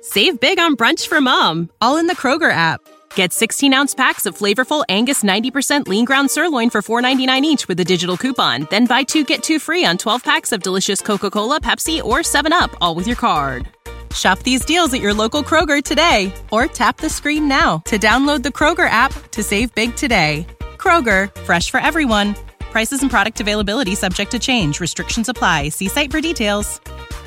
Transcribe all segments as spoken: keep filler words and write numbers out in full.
Save big on brunch for mom, all in the Kroger app. Get sixteen-ounce packs of flavorful Angus ninety percent lean ground sirloin for four ninety-nine each with a digital coupon. Then buy two, get two free on twelve packs of delicious Coca-Cola, Pepsi, or seven up, all with your card. Shop these deals at your local Kroger today, or tap the screen now to download the Kroger app to save big today. Kroger, fresh for everyone. Prices and product availability subject to change. Restrictions apply. See site for details.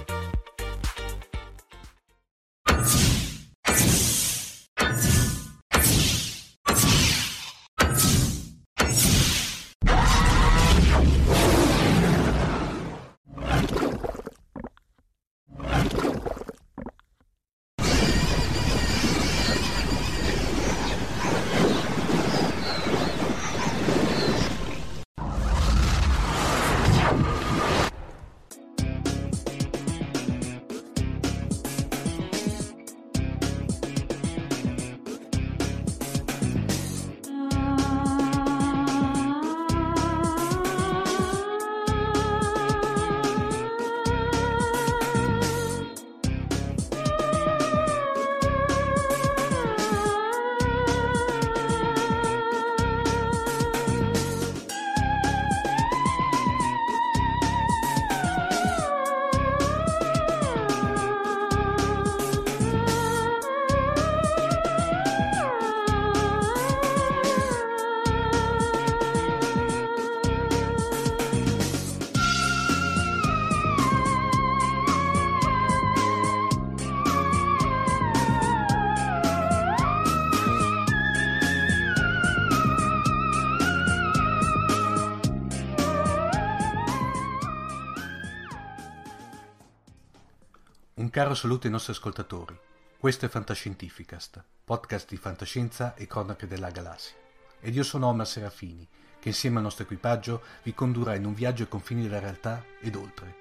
Un caro saluto ai nostri ascoltatori. Questo è Fantascientificast, podcast di fantascienza e cronache della galassia. Ed io sono Omar Serafini, che insieme al nostro equipaggio vi condurrà in un viaggio ai confini della realtà ed oltre.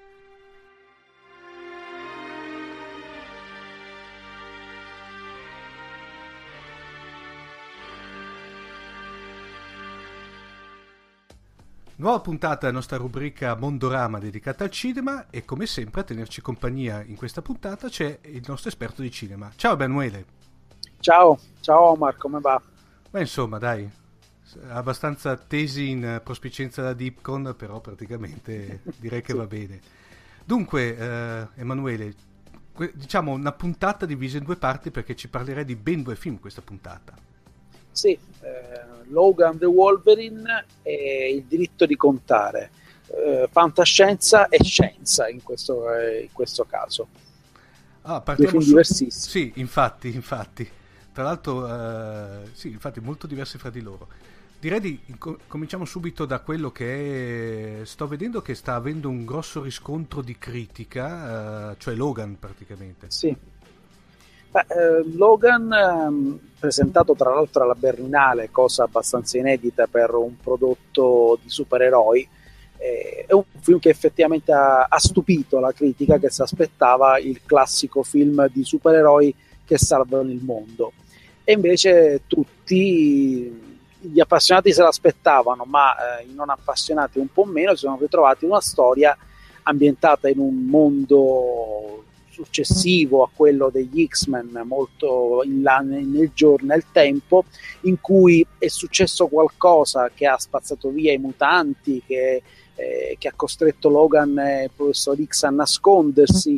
Nuova puntata della nostra rubrica Mondorama dedicata al cinema e come sempre a tenerci compagnia in questa puntata c'è il nostro esperto di cinema. Ciao Emanuele. Ciao, ciao Omar, come va? Beh, insomma, dai, abbastanza tesi in prospicienza da Dipcon, però praticamente direi che sì. Va bene. Dunque, eh, Emanuele, que- diciamo una puntata divisa in due parti perché ci parlerai di ben due film questa puntata. Sì, eh, Logan the Wolverine e Il diritto di contare, eh, fantascienza e scienza in questo, eh, in questo caso. Ah, due film su... diversissimi. Sì, infatti, infatti. Tra l'altro, eh, sì, infatti molto diversi fra di loro. Direi di com- cominciamo subito da quello che è... sto vedendo che sta avendo un grosso riscontro di critica, eh, cioè Logan praticamente. Sì. Beh, eh, Logan, ehm, presentato tra l'altro alla Berlinale, cosa abbastanza inedita per un prodotto di supereroi, eh, è un film che effettivamente ha, ha stupito la critica, che si aspettava il classico film di supereroi che salvano il mondo, e invece tutti gli appassionati se l'aspettavano, ma eh, i non appassionati un po' meno si sono ritrovati una storia ambientata in un mondo successivo a quello degli X-Men, molto in là nel giorno, nel tempo, in cui è successo qualcosa che ha spazzato via i mutanti, che, eh, che ha costretto Logan e il professor X a nascondersi,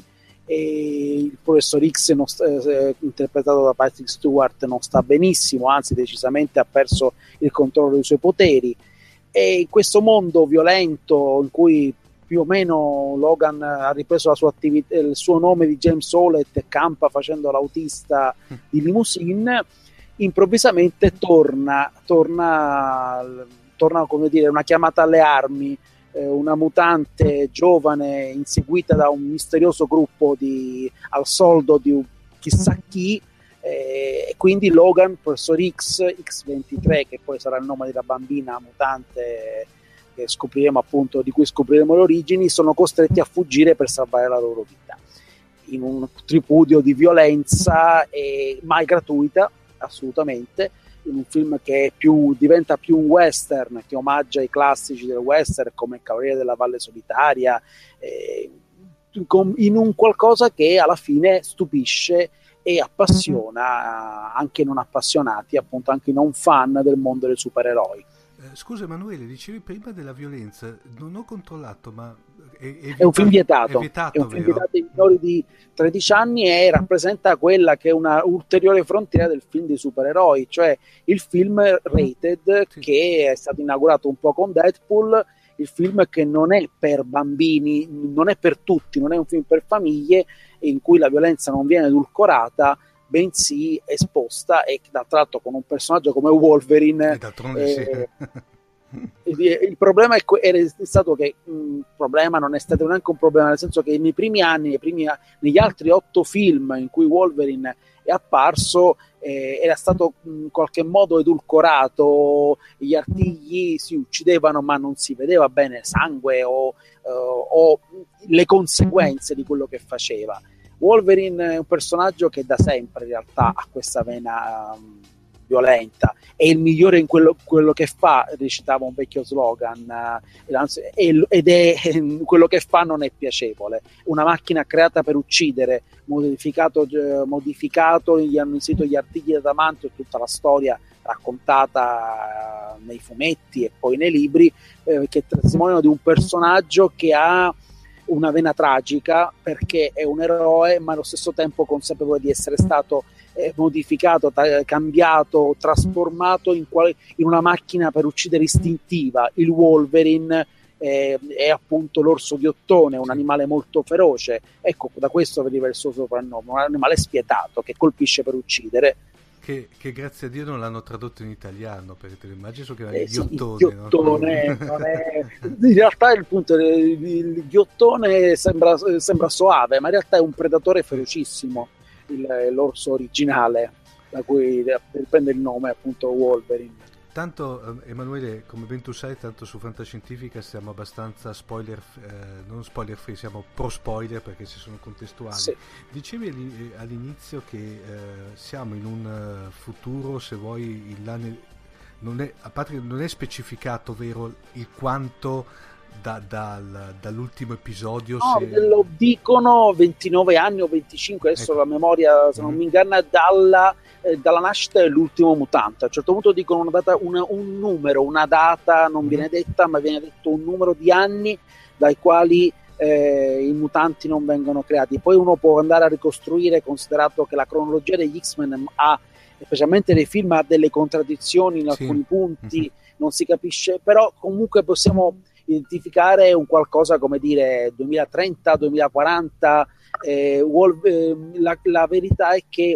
e il professor X non sta, eh, interpretato da Patrick Stewart non sta benissimo, anzi decisamente ha perso il controllo dei suoi poteri, e in questo mondo violento in cui più o meno Logan ha ripreso la sua attività, il suo nome di James Howlett, e campa facendo l'autista di limousine, improvvisamente torna torna, torna come dire, una chiamata alle armi, eh, una mutante giovane inseguita da un misterioso gruppo di, al soldo di chissà chi, eh, e quindi Logan, professor X, X ventitré, che poi sarà il nome della bambina mutante che scopriremo, appunto, di cui scopriremo le origini, sono costretti a fuggire per salvare la loro vita in un tripudio di violenza, e mai gratuita assolutamente, in un film che è più, diventa più un western, che omaggia i classici del western come Cavaliere della Valle Solitaria, eh, in un qualcosa che alla fine stupisce e appassiona anche non appassionati, appunto anche i non fan del mondo dei supereroi. Scusa Emanuele, dicevi prima della violenza, non ho controllato, ma è, è, vietato, è un film vietato, è, vietato, è un film vero? vietato ai minori di tredici anni e rappresenta quella che è una ulteriore frontiera del film di supereroi, cioè il film rated, sì, che è stato inaugurato un po' con Deadpool, il film che non è per bambini, non è per tutti, non è un film per famiglie in cui la violenza non viene edulcorata, bensì esposta, e tra l'altro con un personaggio come Wolverine. Eh, eh, sì. Il problema è, è stato che il problema non è stato neanche un problema, nel senso che nei primi anni, nei primi, negli altri otto film in cui Wolverine è apparso, eh, era stato in qualche modo edulcorato, gli artigli si uccidevano ma non si vedeva bene sangue o, uh, o le conseguenze di quello che faceva. Wolverine è un personaggio che da sempre in realtà ha questa vena um, violenta, è il migliore in quello, quello che fa, recitava un vecchio slogan, uh, ed è quello che fa non è piacevole, una macchina creata per uccidere, modificato, eh, modificato gli hanno inserito gli artigli d'adamantium e tutta la storia raccontata uh, nei fumetti e poi nei libri, eh, che testimoniano di un personaggio che ha una vena tragica perché è un eroe ma allo stesso tempo consapevole di essere stato eh, modificato, ta- cambiato, trasformato in, quale- in una macchina per uccidere istintiva. Il Wolverine eh, è appunto l'orso ghiottone, un animale molto feroce, ecco, da questo veniva il suo soprannome, un animale spietato che colpisce per uccidere. Che, che grazie a Dio non l'hanno tradotto in italiano, perché te lo immagino che era eh, il ghiottone, sì, il ghiottone no? non è... in realtà il punto il, il ghiottone sembra, sembra soave, ma in realtà è un predatore ferocissimo, il, l'orso originale da cui prende il nome appunto Wolverine. Tanto Emanuele, come ben tu sai, tanto su Fantascientifica siamo abbastanza spoiler, eh, non spoiler free, siamo pro spoiler perché ci sono contestuali. Sì. Dicevi all'inizio che eh, siamo in un futuro, se vuoi, il, non è, a parte che non è specificato, vero, il quanto da, dal, dall'ultimo episodio. No, se... lo dicono ventinove anni o venticinque, adesso ecco. La memoria, se non mm. mi inganna, dalla... dalla nascita dell'ultimo mutante. A un certo punto dicono una data, una, un numero, una data non mm. viene detta, ma viene detto un numero di anni dai quali eh, i mutanti non vengono creati. Poi uno può andare a ricostruire, considerato che la cronologia degli X-Men ha, specialmente nei film, ha delle contraddizioni in alcuni sì. punti, mm-hmm. non si capisce, però comunque possiamo identificare un qualcosa come dire duemilatrenta duemilaquaranta. Eh, Wolf, eh, la, la verità è che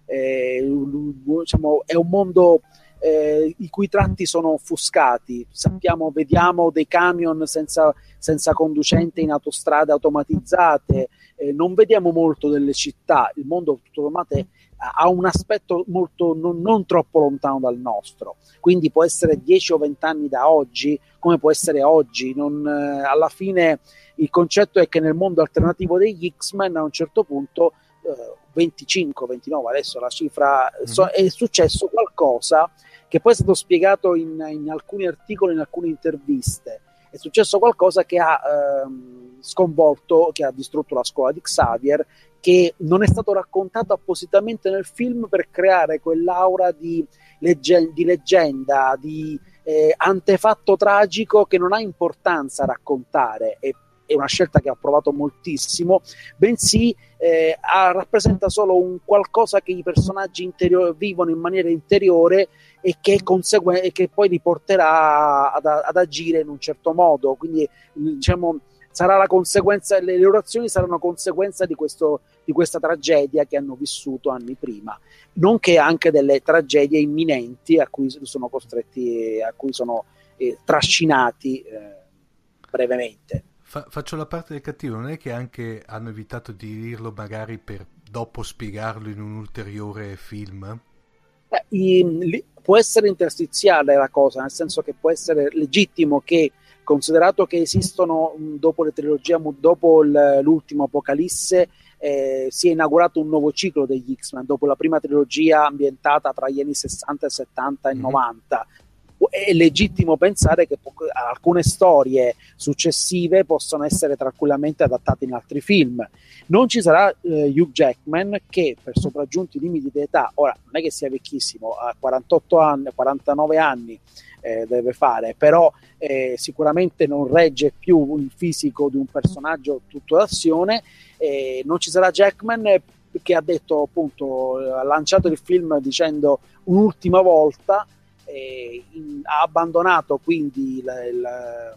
Eh, diciamo, è un mondo eh, i cui tratti sono offuscati. Sappiamo, vediamo dei camion senza, senza conducente in autostrade automatizzate, eh, non vediamo molto delle città. Il mondo tutto sommato ha un aspetto molto non, non troppo lontano dal nostro, quindi può essere dieci o venti anni da oggi come può essere oggi. Non, eh, alla fine il concetto è che nel mondo alternativo degli X-Men a un certo punto eh, venticinque ventinove, adesso la cifra, mm-hmm. so, è successo qualcosa che poi è stato spiegato in, in alcuni articoli, in alcune interviste. È successo qualcosa che ha ehm, sconvolto, che ha distrutto la scuola di Xavier, che non è stato raccontato appositamente nel film per creare quell'aura di, legge- di leggenda, di eh, antefatto tragico che non ha importanza raccontare. E è una scelta che ha approvato moltissimo, bensì eh, ha, rappresenta solo un qualcosa che i personaggi interior- vivono in maniera interiore e che, consegue- e che poi li porterà ad, ad agire in un certo modo. Quindi diciamo sarà la conseguenza, le loro azioni saranno conseguenza di, questo, di questa tragedia che hanno vissuto anni prima, nonché anche delle tragedie imminenti a cui sono costretti, a cui sono eh, trascinati eh, brevemente. Fa, faccio la parte del cattivo, non è che anche hanno evitato di dirlo magari per dopo spiegarlo in un ulteriore film? Eh, i, li, può essere interstiziale la cosa, nel senso che può essere legittimo che, considerato che esistono dopo le trilogie, dopo il, l'ultimo Apocalisse, eh, si è inaugurato un nuovo ciclo degli X-Men, dopo la prima trilogia ambientata tra gli anni sessanta, settanta e mm-hmm. novanta. è legittimo pensare che po- alcune storie successive possono essere tranquillamente adattate in altri film. Non ci sarà eh, Hugh Jackman, che per sopraggiunti limiti di età, ora non è che sia vecchissimo, ha quarantotto anni, quarantanove anni eh, deve fare, però eh, sicuramente non regge più il fisico di un personaggio tutto d'azione. Eh, non ci sarà Jackman, eh, che ha detto, appunto, ha lanciato il film dicendo un'ultima volta, eh, in, ha abbandonato quindi la, la,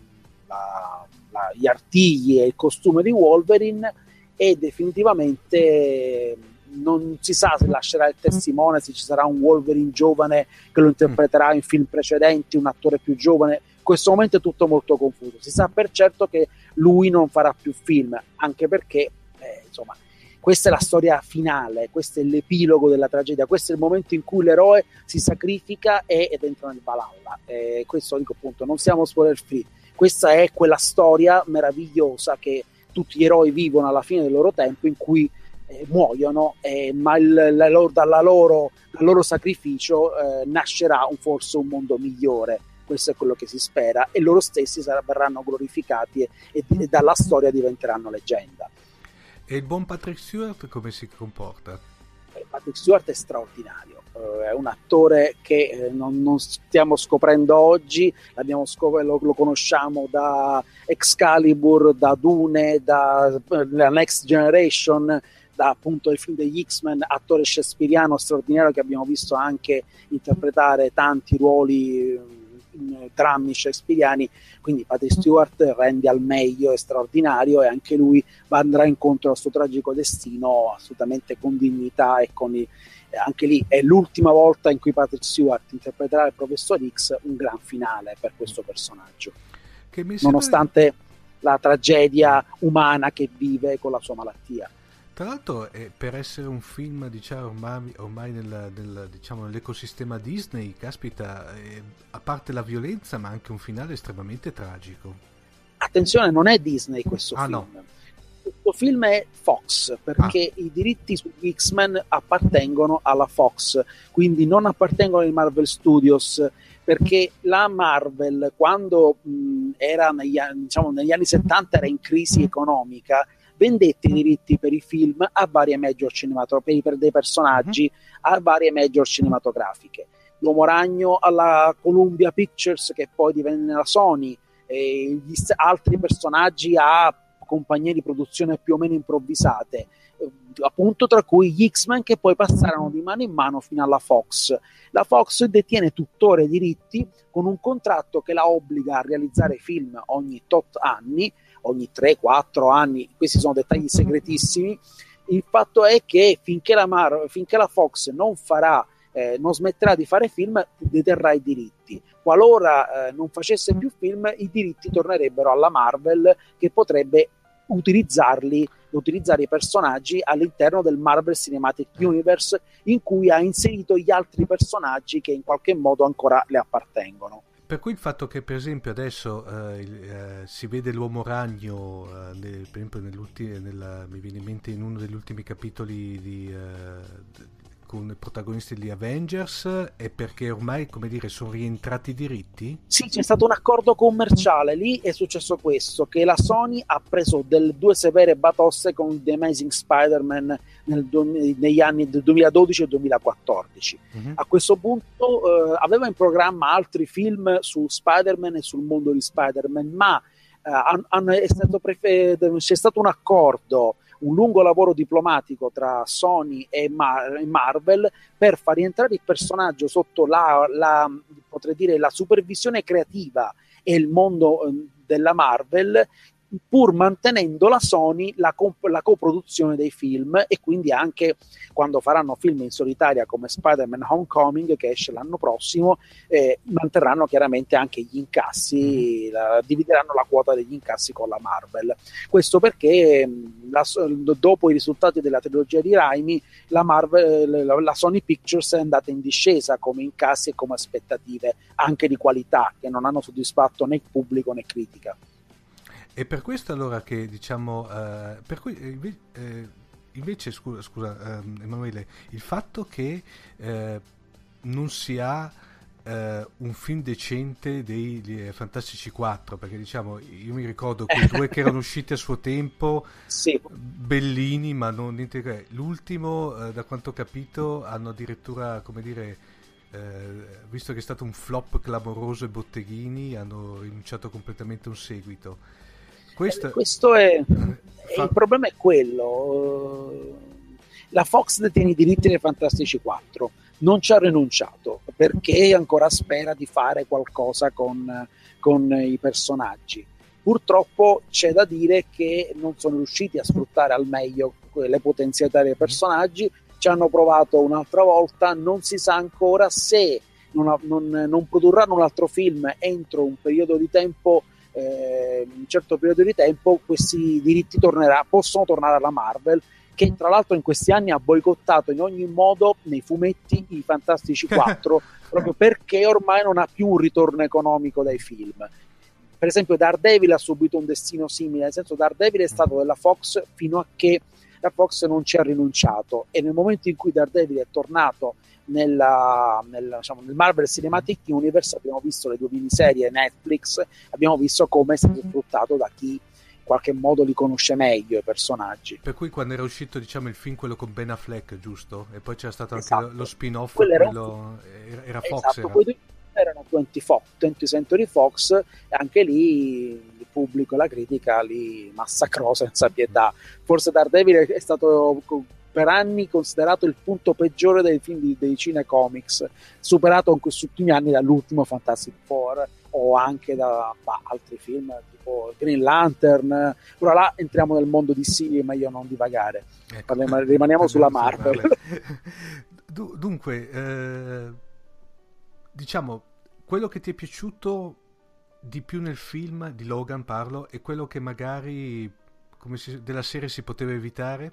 la, la, gli artigli e il costume di Wolverine, e definitivamente non si sa se lascerà il testimone, se ci sarà un Wolverine giovane che lo interpreterà in film precedenti, un attore più giovane. In questo momento è tutto molto confuso. Si sa per certo che lui non farà più film, anche perché eh, insomma, questa è la storia finale, questo è l'epilogo della tragedia, questo è il momento in cui l'eroe si sacrifica e, ed entra nel Valhalla. Eh, questo, dico, appunto, non siamo spoiler free, questa è quella storia meravigliosa che tutti gli eroi vivono alla fine del loro tempo, in cui eh, muoiono, eh, ma il, la loro, dalla loro, dal loro sacrificio eh, nascerà un, forse un mondo migliore. Questo è quello che si spera, e loro stessi saranno, verranno glorificati, e, e, e dalla storia diventeranno leggenda. E il buon Patrick Stewart come si comporta? Patrick Stewart è straordinario, uh, è un attore che eh, non, non stiamo scoprendo oggi, l'abbiamo scop- lo, lo conosciamo da Excalibur, da Dune, da uh, la Next Generation, da appunto il film degli X-Men, attore shakespeariano straordinario che abbiamo visto anche interpretare tanti ruoli drammi shakespeariani. Quindi Patrick Stewart rende al meglio, è straordinario, e anche lui andrà incontro al suo tragico destino assolutamente con dignità e con i, eh, anche lì è l'ultima volta in cui Patrick Stewart interpreterà il professor X, un gran finale per questo personaggio, che mi nonostante sembra... la tragedia umana che vive con la sua malattia. Tra l'altro, eh, per essere un film, diciamo, ormai, ormai nel, nel, diciamo, nell'ecosistema Disney, caspita, eh, a parte la violenza, ma anche un finale estremamente tragico. Attenzione, non è Disney questo ah, film. No. Questo film è Fox, perché ah. i diritti su X-Men appartengono alla Fox, quindi non appartengono ai Marvel Studios, perché la Marvel, quando mh, era negli, diciamo, negli anni settanta, era in crisi economica, vendette i diritti per i film a varie major cinematografiche, per dei personaggi a varie major cinematografiche. L'Uomo Ragno alla Columbia Pictures, che poi divenne la Sony, e gli altri personaggi a compagnie di produzione più o meno improvvisate, appunto, tra cui gli X-Men, che poi passarono di mano in mano fino alla Fox. La Fox detiene tuttora i diritti, con un contratto che la obbliga a realizzare film ogni tot anni, ogni tre quattro anni. Questi sono dettagli segretissimi. Il fatto è che finché la, Mar- finché la Fox non farà eh, non smetterà di fare film, deterrà i diritti. Qualora eh, non facesse più film, i diritti tornerebbero alla Marvel, che potrebbe utilizzarli utilizzare i personaggi all'interno del Marvel Cinematic Universe, in cui ha inserito gli altri personaggi che in qualche modo ancora le appartengono. Per cui il fatto che, per esempio, adesso eh, eh, si vede l'Uomo Ragno, eh, nel, per esempio, nel, mi viene in mente in uno degli ultimi capitoli di, eh, con i protagonisti degli Avengers, è perché ormai, come dire, sono rientrati i diritti? Sì, c'è stato un accordo commerciale, lì è successo questo, che la Sony ha preso del, due severe batoste con The Amazing Spider-Man nel, negli anni del duemiladodici e duemilaquattordici. Uh-huh. A questo punto eh, aveva in programma altri film su Spider-Man e sul mondo di Spider-Man, ma eh, han, han, è stato prefe- c'è stato un accordo, un lungo lavoro diplomatico tra Sony e, Mar- e Marvel per far rientrare il personaggio sotto la, la, potrei dire, la supervisione creativa e il mondo eh, della Marvel, pur mantenendo la Sony la, comp- la coproduzione dei film, e quindi anche quando faranno film in solitaria come Spider-Man Homecoming, che esce l'anno prossimo, eh, manterranno chiaramente anche gli incassi, la, divideranno la quota degli incassi con la Marvel. Questo perché la, dopo i risultati della trilogia di Raimi, la, Marvel, la, la Sony Pictures è andata in discesa come incassi e come aspettative anche di qualità, che non hanno soddisfatto né pubblico né critica. E per questo allora che diciamo eh, per cui eh, invece scusa, scusa eh, Emanuele, il fatto che eh, non si ha uh, un film decente dei, dei Fantastici quattro, perché diciamo io mi ricordo quei due che erano usciti a suo tempo, sì, bellini, ma non niente che l'ultimo, uh, da quanto ho capito, hanno addirittura, come dire, uh, visto che è stato un flop clamoroso ai botteghini, hanno rinunciato completamente a un seguito. Questo, Questo è fa... il problema è quello. La Fox detiene i diritti dei Fantastici quattro, non ci ha rinunciato perché ancora spera di fare qualcosa con, con i personaggi. Purtroppo c'è da dire che non sono riusciti a sfruttare al meglio le potenzialità dei personaggi, ci hanno provato un'altra volta, non si sa ancora se non, non, non produrranno un altro film entro un periodo di tempo. Eh, un certo periodo di tempo questi diritti tornerà, possono tornare alla Marvel, che tra l'altro in questi anni ha boicottato in ogni modo nei fumetti i Fantastici quattro proprio perché ormai non ha più un ritorno economico dai film. Per esempio Daredevil ha subito un destino simile, nel senso Daredevil è stato della Fox fino a che la Fox non ci ha rinunciato, e nel momento in cui Daredevil è tornato nella, nel, diciamo, nel Marvel Cinematic Universe abbiamo visto le due miniserie Netflix, abbiamo visto come è stato sfruttato da chi in qualche modo li conosce meglio i personaggi. Per cui quando era uscito, diciamo, il film quello con Ben Affleck, giusto? E poi c'era stato esatto. anche lo, lo spin-off, quello, quello era, era Fox. Esatto, era. Quei due erano venti Fox, venti Century Fox, e anche lì il pubblico e la critica li massacrò senza pietà. Forse Daredevil è stato per anni considerato il punto peggiore dei film di, dei cinecomics, superato in questi ultimi anni dall'ultimo Fantastic Four o anche da bah, altri film tipo Green Lantern. Ora là entriamo nel mondo di D C, è meglio non divagare, ecco. Parliamo, rimaniamo sulla Marvel. Dunque eh, diciamo, quello che ti è piaciuto di più nel film di Logan, parlo, e quello che magari come si, della serie si poteva evitare?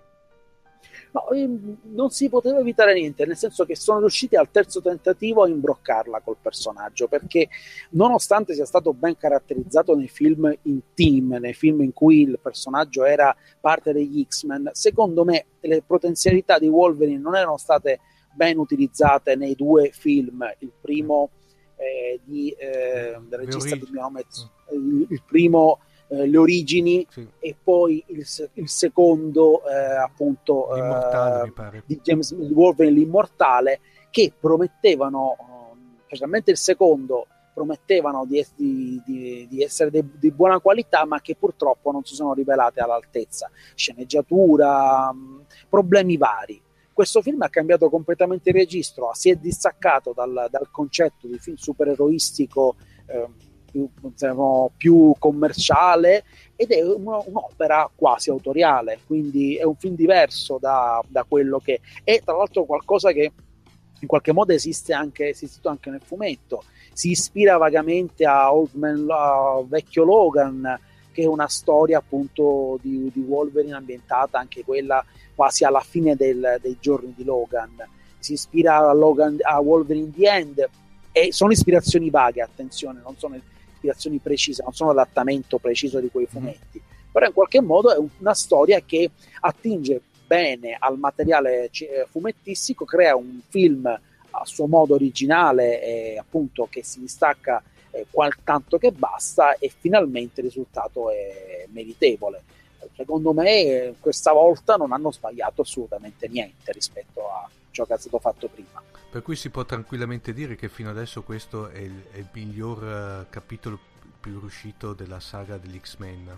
No, non si poteva evitare niente, nel senso che sono riusciti al terzo tentativo a imbroccarla col personaggio, perché nonostante sia stato ben caratterizzato nei film in team, nei film in cui il personaggio era parte degli X-Men, secondo me le potenzialità di Wolverine non erano state ben utilizzate nei due film. Il primo eh, di, eh, del regista di Biometz, il, il primo Eh, le origini, sì. E poi il, il secondo eh, appunto l'immortale, eh, mi pare. Di James Wolverine, l'immortale, che promettevano, specialmente il secondo, promettevano di, di, di, di essere di, di buona qualità, ma che purtroppo non si sono rivelate all'altezza. Sceneggiatura, mh, problemi vari. Questo film ha cambiato completamente il registro, si è distaccato dal, dal concetto di film supereroistico eh, Più, diciamo, più commerciale, ed è una, un'opera quasi autoriale, quindi è un film diverso da, da quello che è, tra l'altro qualcosa che in qualche modo esiste anche, esistito anche nel fumetto. Si ispira vagamente a Old Man, a Vecchio Logan, che è una storia appunto di, di Wolverine ambientata anche quella quasi alla fine del, dei giorni di Logan. Si ispira a, Logan, a Wolverine the End, e sono ispirazioni vaghe, attenzione, non sono ispirazioni precise, non sono adattamento preciso di quei fumetti, mm. però in qualche modo è una storia che attinge bene al materiale fumettistico, crea un film a suo modo originale e appunto che si distacca eh, qual tanto che basta, e finalmente il risultato è meritevole. Secondo me questa volta non hanno sbagliato assolutamente niente rispetto a ciò che è stato fatto prima. Per cui si può tranquillamente dire che fino adesso questo è il, è il miglior uh, capitolo più riuscito della saga degli X-Men.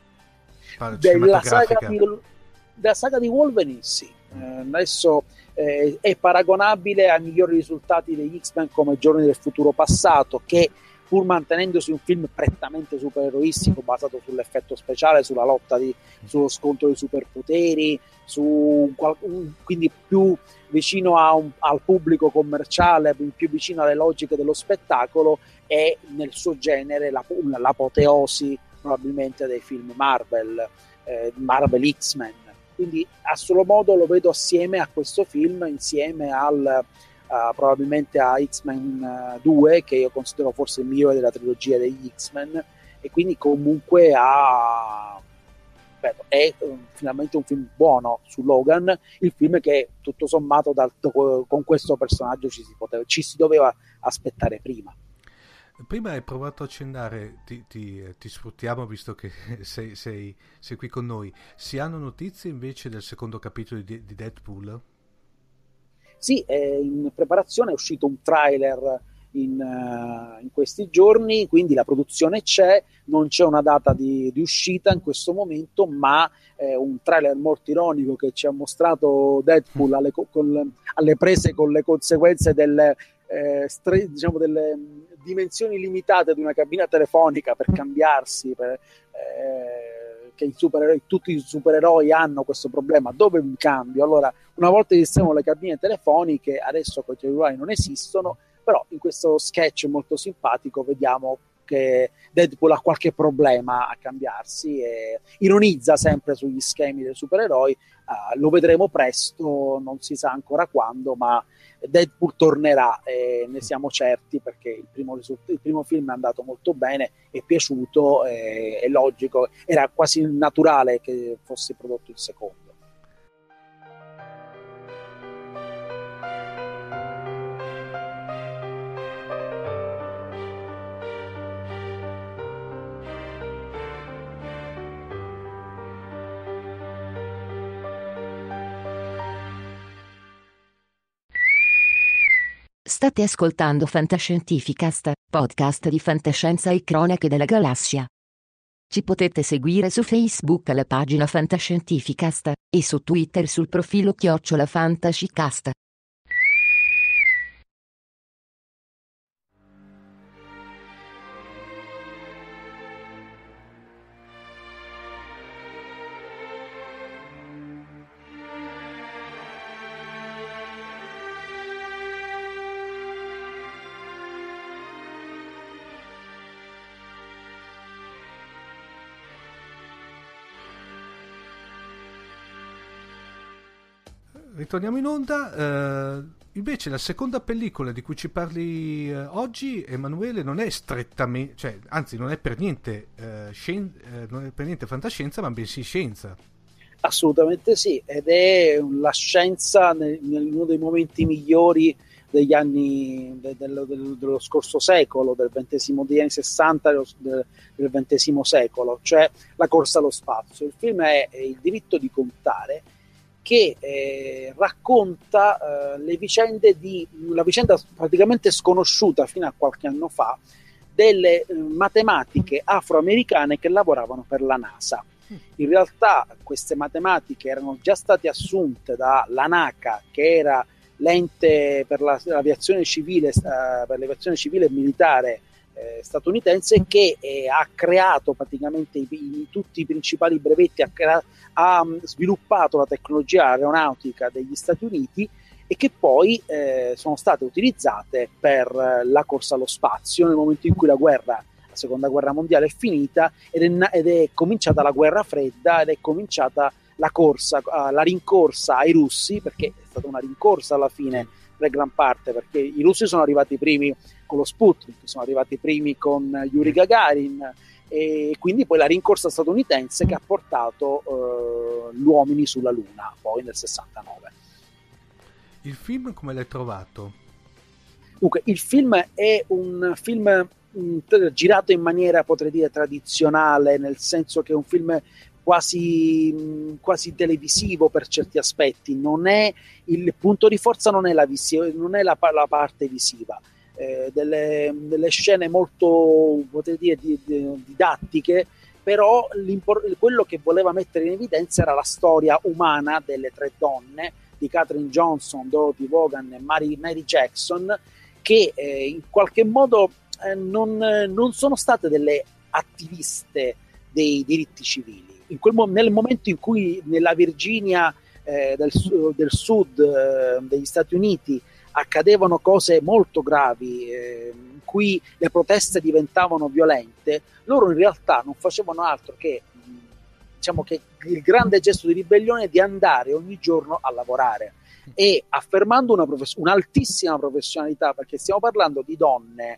Della saga di, della saga di Wolverine, sì. Mm. Eh, adesso eh, è paragonabile ai migliori risultati degli X-Men come Giorni del futuro passato, che pur mantenendosi un film prettamente supereroistico basato sull'effetto speciale, sulla lotta di, sullo scontro dei superpoteri, su un, quindi più vicino a un, al pubblico commerciale, più vicino alle logiche dello spettacolo, è nel suo genere la, l'apoteosi probabilmente dei film Marvel, eh, Marvel X-Men. Quindi a solo modo lo vedo assieme a questo film, insieme al Uh, probabilmente a X-Men uh, due, che io considero forse il migliore della trilogia degli X-Men, e quindi comunque a ripeto, è um, finalmente un film buono su Logan, il film che tutto sommato dal, con questo personaggio ci si, poteva, ci si doveva aspettare prima. Prima hai provato a accennare, ti, ti, ti sfruttiamo visto che sei, sei, sei qui con noi. Si hanno notizie invece del secondo capitolo di, di Deadpool? Sì, è in preparazione, è uscito un trailer in, uh, in questi giorni, quindi la produzione c'è, non c'è una data di, di uscita in questo momento, ma è un trailer molto ironico che ci ha mostrato Deadpool alle, con, alle prese con le conseguenze delle, eh, stre, diciamo delle dimensioni limitate di una cabina telefonica per cambiarsi, per, eh, che i supereroi, tutti i supereroi hanno questo problema, dove mi cambio? Allora, una volta esistevano le cabine telefoniche, adesso quei cellulari non esistono, però in questo sketch molto simpatico vediamo che Deadpool ha qualche problema a cambiarsi e ironizza sempre sugli schemi dei supereroi. Uh, lo vedremo presto, non si sa ancora quando, ma Deadpool tornerà e ne siamo certi, perché il primo, il primo film è andato molto bene, è piaciuto, è, è logico, era quasi naturale che fosse prodotto il secondo. State ascoltando Fantascientificast, podcast di fantascienza e cronache della galassia. Ci potete seguire su Facebook alla pagina Fantascientificast e su Twitter sul profilo chiocciola Fantascicast. Ritorniamo in onda. Uh, invece la seconda pellicola di cui ci parli uh, oggi, Emanuele, non è strettamente, cioè, anzi non è per niente uh, scien- uh, non è per niente fantascienza, ma bensì scienza. Assolutamente sì, ed è la scienza nel, in uno dei momenti migliori degli anni de, de, de, dello scorso secolo, del ventesimo, degli anni sessanta dello, de, del ventesimo secolo, cioè la corsa allo spazio. Il film è, è Il diritto di contare, che eh, racconta eh, le vicende di la vicenda praticamente sconosciuta fino a qualche anno fa delle eh, matematiche afroamericane che lavoravano per la NASA. In realtà queste matematiche erano già state assunte dalla NACA, che era l'ente per la, l'aviazione civile, eh, per l'aviazione civile e militare eh, statunitense, che eh, ha creato praticamente i, i, tutti i principali brevetti, ha, crea- ha sviluppato la tecnologia aeronautica degli Stati Uniti e che poi eh, sono state utilizzate per la corsa allo spazio nel momento in cui la guerra, la seconda guerra mondiale è finita ed è, ed è cominciata la guerra fredda ed è cominciata la corsa, uh, la rincorsa ai russi, perché è stata una rincorsa alla fine per gran parte, perché i russi sono arrivati primi con lo Sputnik, sono arrivati primi con Yuri Gagarin, e quindi poi la rincorsa statunitense che ha portato uh, gli uomini sulla Luna, poi nel sessantanove. Il film come l'hai trovato? Dunque, il film è un film mh, girato in maniera, potrei dire, tradizionale, nel senso che è un film quasi, mh, quasi televisivo per certi aspetti. Non è il punto di forza, non è la, visi- non è la, la parte visiva. Eh, delle, delle scene molto, potrei dire, di, di, didattiche, però quello che voleva mettere in evidenza era la storia umana delle tre donne, di Katherine Johnson, Dorothy Vaughan e Mary, Mary Jackson, che eh, in qualche modo eh, non, non sono state delle attiviste dei diritti civili. In quel mo- nel momento in cui nella Virginia eh, del, del sud eh, degli Stati Uniti accadevano cose molto gravi, eh, in cui le proteste diventavano violente, loro in realtà non facevano altro che, diciamo, che il grande gesto di ribellione è di andare ogni giorno a lavorare, e affermando una profes- un'altissima professionalità, perché stiamo parlando di donne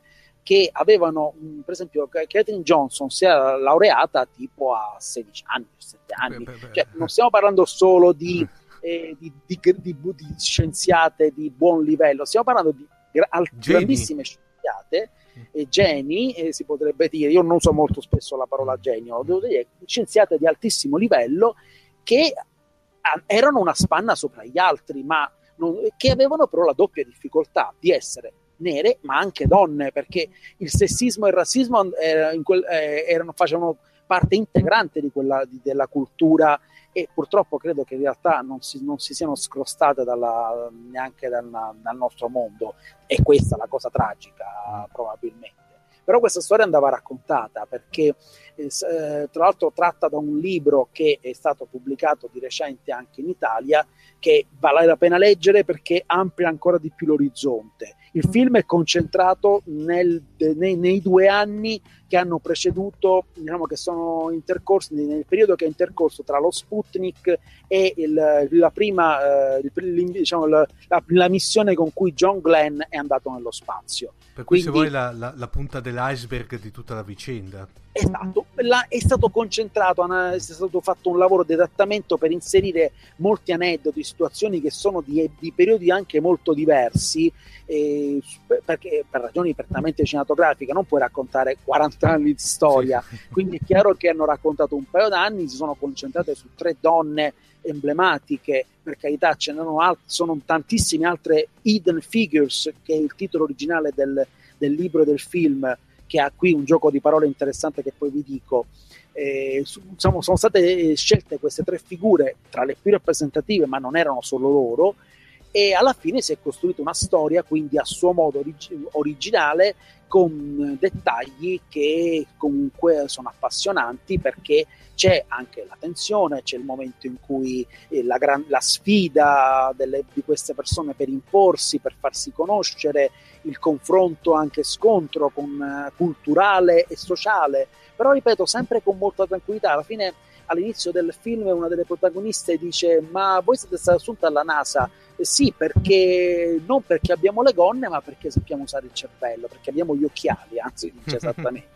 che avevano, mh, per esempio, Katherine Johnson si era laureata tipo a sedici anni, diciassette anni, beh, beh, beh. Cioè, non stiamo parlando solo di, eh, di, di, di, di, di scienziate di buon livello, stiamo parlando di gra- grandissime scienziate, e geni, eh, si potrebbe dire, io non uso molto spesso la parola genio, devo dire, scienziate di altissimo livello che a- erano una spanna sopra gli altri, ma non, che avevano però la doppia difficoltà di essere nere ma anche donne, perché il sessismo e il razzismo eh, in quel, eh, erano, facevano parte integrante di quella, di, della cultura, e purtroppo credo che in realtà non si, non si siano scrostate dalla, neanche dal, dal nostro mondo, e questa è la cosa tragica probabilmente. Però questa storia andava raccontata, perché eh, tra l'altro tratta da un libro che è stato pubblicato di recente anche in Italia, che vale la pena leggere perché amplia ancora di più l'orizzonte. Il film è concentrato nel, nei, nei due anni che hanno preceduto, diciamo che sono intercorsi, nel periodo che è intercorso tra lo Sputnik e il, la prima, eh, il, diciamo, la, la, la missione con cui John Glenn è andato nello spazio. Per cui, quindi, se vuoi, la, la, la punta dell'iceberg di tutta la vicenda. Esatto, là è stato concentrato, è stato fatto un lavoro di adattamento per inserire molti aneddoti, situazioni che sono di, di periodi anche molto diversi, eh, perché per ragioni prettamente cinematografiche non puoi raccontare quaranta anni di storia, sì. Quindi è chiaro che hanno raccontato un paio d'anni, si sono concentrate su tre donne emblematiche, per carità ce n'erano alt- sono tantissime altre hidden figures, che è il titolo originale del, del libro e del film, che ha qui un gioco di parole interessante che poi vi dico. Eh, sono, sono state scelte queste tre figure tra le più rappresentative, ma non erano solo loro, e alla fine si è costruita una storia quindi a suo modo orig- originale, con dettagli che comunque sono appassionanti, perché c'è anche la tensione, c'è il momento in cui eh, la, gran- la sfida delle, di queste persone per imporsi, per farsi conoscere, il confronto, anche scontro con, uh, culturale e sociale, però ripeto sempre con molta tranquillità. Alla fine, all'inizio del film, una delle protagoniste dice: ma voi siete stati assunti alla NASA? Eh, sì, perché non perché abbiamo le gonne, ma perché sappiamo usare il cervello, perché abbiamo gli occhiali, anzi dice esattamente.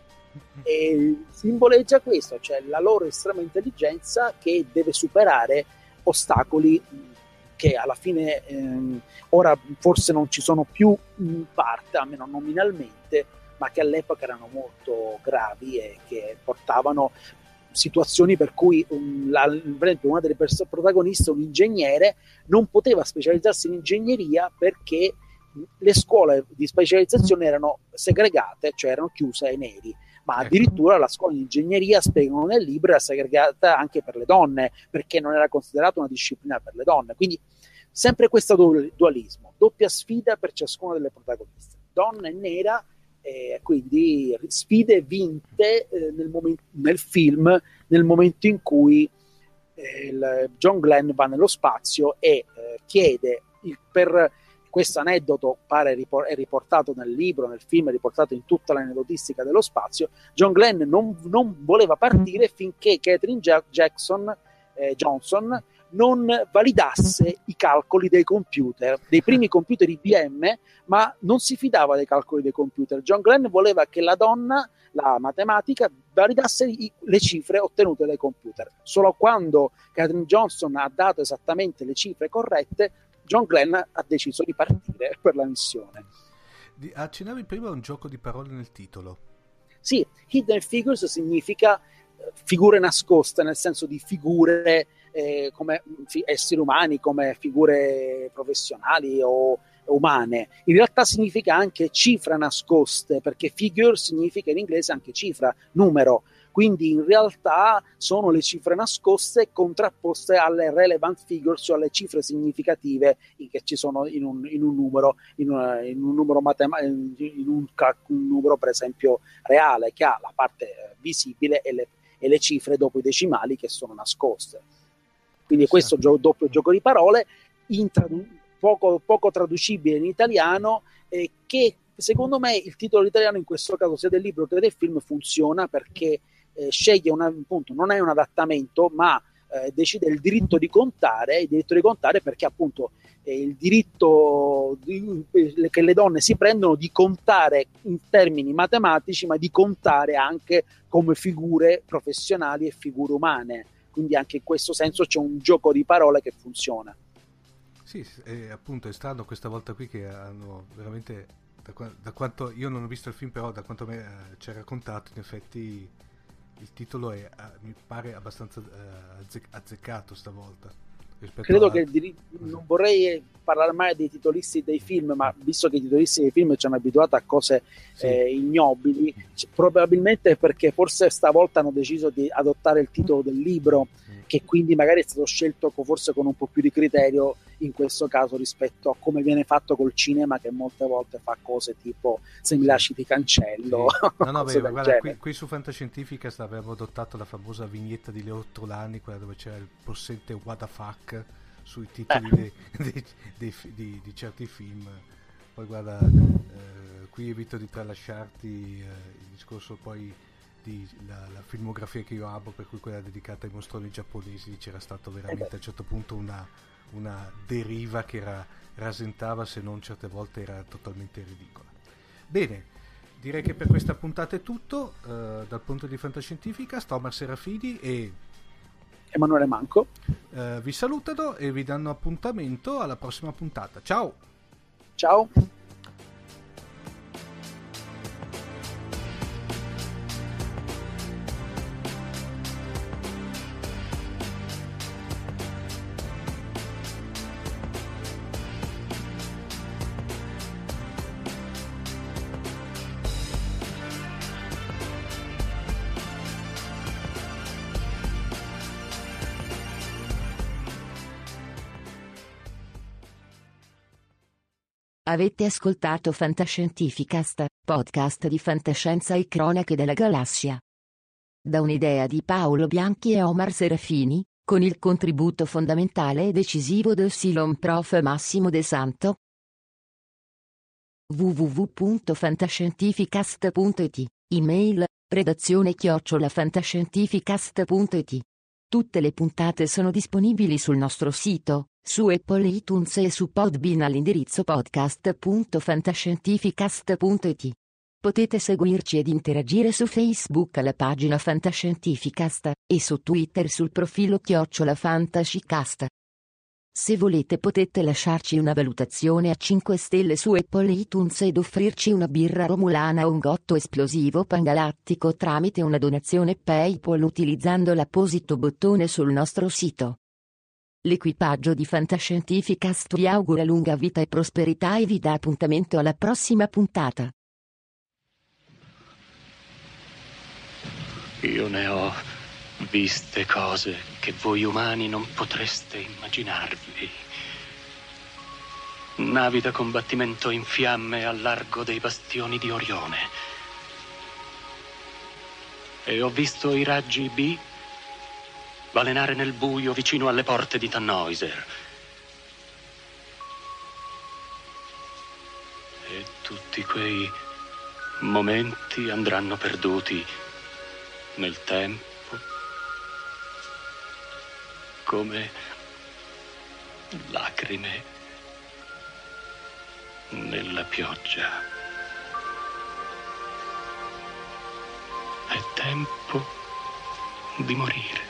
E simboleggia questo, cioè la loro estrema intelligenza che deve superare ostacoli che alla fine ehm, ora forse non ci sono più in parte, almeno nominalmente, ma che all'epoca erano molto gravi e che portavano situazioni per cui un, la, per esempio una delle pers- protagoniste, un ingegnere, non poteva specializzarsi in ingegneria perché le scuole di specializzazione erano segregate, cioè erano chiuse ai neri, ma addirittura la scuola di ingegneria, spiegano nel libro, era segregata anche per le donne, perché non era considerata una disciplina per le donne. Quindi sempre questo dualismo, doppia sfida per ciascuna delle protagoniste, donna e nera, eh, quindi sfide vinte eh, nel, momento, nel film, nel momento in cui eh, il John Glenn va nello spazio e eh, chiede il, per questo aneddoto pare è riportato nel libro, nel film è riportato in tutta l'aneddotistica dello spazio. John Glenn non, non voleva partire finché Katherine Jackson eh, Johnson non validasse i calcoli dei computer, dei primi computer I B M, ma non si fidava dei calcoli dei computer. John Glenn voleva che la donna, la matematica, validasse i, le cifre ottenute dai computer. Solo quando Katherine Johnson ha dato esattamente le cifre corrette, John Glenn ha deciso di partire per la missione. Accennavi prima a un gioco di parole nel titolo. Sì, Hidden Figures significa eh, figure nascoste, nel senso di figure eh, come fi- esseri umani, come figure professionali o umane. In realtà significa anche cifre nascoste, perché figure significa in inglese anche cifra, numero. Quindi in realtà sono le cifre nascoste contrapposte alle relevant figures, cioè alle cifre significative che ci sono in un, in un numero, in, una, in un numero matematico, in un, un numero per esempio reale, che ha la parte visibile e le, e le cifre dopo i decimali che sono nascoste. Quindi questo gio- doppio gioco di parole in tradu- poco, poco traducibile in italiano, eh, che secondo me il titolo italiano in questo caso sia del libro che del film funziona, perché Eh, sceglie una, appunto, non è un adattamento, ma eh, decide il diritto di contare, il diritto di contare perché appunto eh, il diritto che le donne si prendono di contare in termini matematici, ma di contare anche come figure professionali e figure umane. Quindi anche in questo senso c'è un gioco di parole che funziona. Sì, eh, appunto è strano questa volta qui che hanno veramente, da, da quanto io non ho visto il film, però da quanto me eh, ci ha raccontato, in effetti il titolo è, eh, mi pare abbastanza eh, azze- azzeccato stavolta. Credo a... che di, non vorrei parlare mai dei titolisti dei film, ma visto che i titolisti dei film ci hanno abituato a cose sì. eh, ignobili, c- probabilmente perché forse stavolta hanno deciso di adottare il titolo del libro, mm. che quindi magari è stato scelto co- forse con un po' più di criterio in questo caso rispetto a come viene fatto col cinema, che molte volte fa cose tipo se mi lasci ti cancello. Sì. No, no, beh, guarda, qui, qui su Fantascientificast avevamo adottato la famosa vignetta di Leo Trulani, quella dove c'era il possente what the fuck sui titoli eh. dei, dei, dei, di, di certi film. Poi guarda, eh, qui evito di tralasciarti eh, il discorso poi di la, la filmografia che io amo, per cui quella dedicata ai mostroni giapponesi, c'era stato veramente eh a un certo punto una una deriva che era, rasentava, se non certe volte era totalmente ridicola. Bene, direi che per questa puntata è tutto. Uh, dal punto di Fantascientificast, Omar Serafini e Emanuele Manco uh, vi salutano e vi danno appuntamento alla prossima puntata. Ciao! Ciao! Avete ascoltato Fantascientificast, podcast di fantascienza e cronache della galassia. Da un'idea di Paolo Bianchi e Omar Serafini, con il contributo fondamentale e decisivo del Silon Prof Massimo De Santo. w w w punto fantascientificast punto i t, email, redazione chiocciola fantascientificast punto i t. Tutte le puntate sono disponibili sul nostro sito, su Apple iTunes e su Podbean all'indirizzo podcast punto fantascientificast punto i t. Potete seguirci ed interagire su Facebook alla pagina Fantascientificast, e su Twitter sul profilo chiocciola Fantascicast. Se volete potete lasciarci una valutazione a cinque stelle su Apple iTunes ed offrirci una birra romulana o un gotto esplosivo pangalattico tramite una donazione PayPal utilizzando l'apposito bottone sul nostro sito. L'equipaggio di Fantascientificast vi augura lunga vita e prosperità e vi dà appuntamento alla prossima puntata. Io ne ho viste cose che voi umani non potreste immaginarvi. Navi da combattimento in fiamme al largo dei bastioni di Orione. E ho visto i raggi B balenare nel buio vicino alle porte di Tannhäuser. E tutti quei momenti andranno perduti nel tempo, come lacrime nella pioggia. È tempo di morire.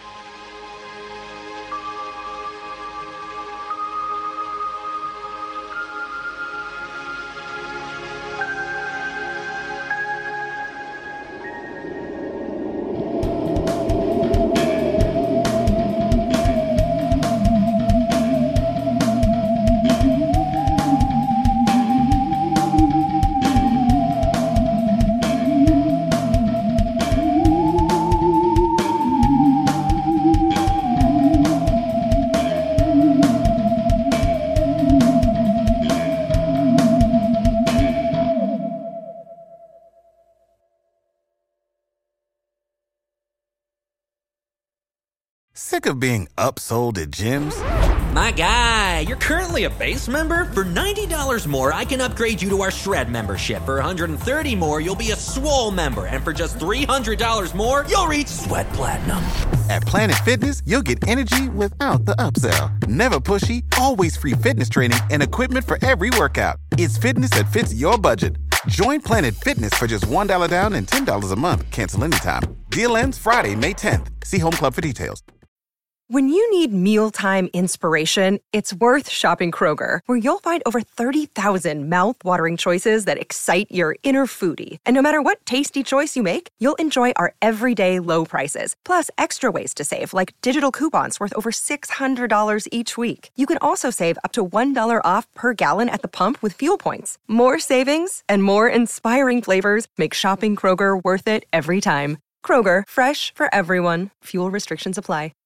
Sick of being upsold at gyms? My guy, you're currently a base member? For ninety dollars more, I can upgrade you to our Shred membership. For one hundred thirty dollars more, you'll be a Swole member. And for just three hundred dollars more, you'll reach Sweat Platinum. At Planet Fitness, you'll get energy without the upsell. Never pushy, always free fitness training and equipment for every workout. It's fitness that fits your budget. Join Planet Fitness for just one dollar down and ten dollars a month. Cancel anytime. Deal ends Friday, May tenth. See Home Club for details. When you need mealtime inspiration, it's worth shopping Kroger, where you'll find over thirty thousand mouth-watering choices that excite your inner foodie. And no matter what tasty choice you make, you'll enjoy our everyday low prices, plus extra ways to save, like digital coupons worth over six hundred dollars each week. You can also save up to one dollar off per gallon at the pump with fuel points. More savings and more inspiring flavors make shopping Kroger worth it every time. Kroger, fresh for everyone. Fuel restrictions apply.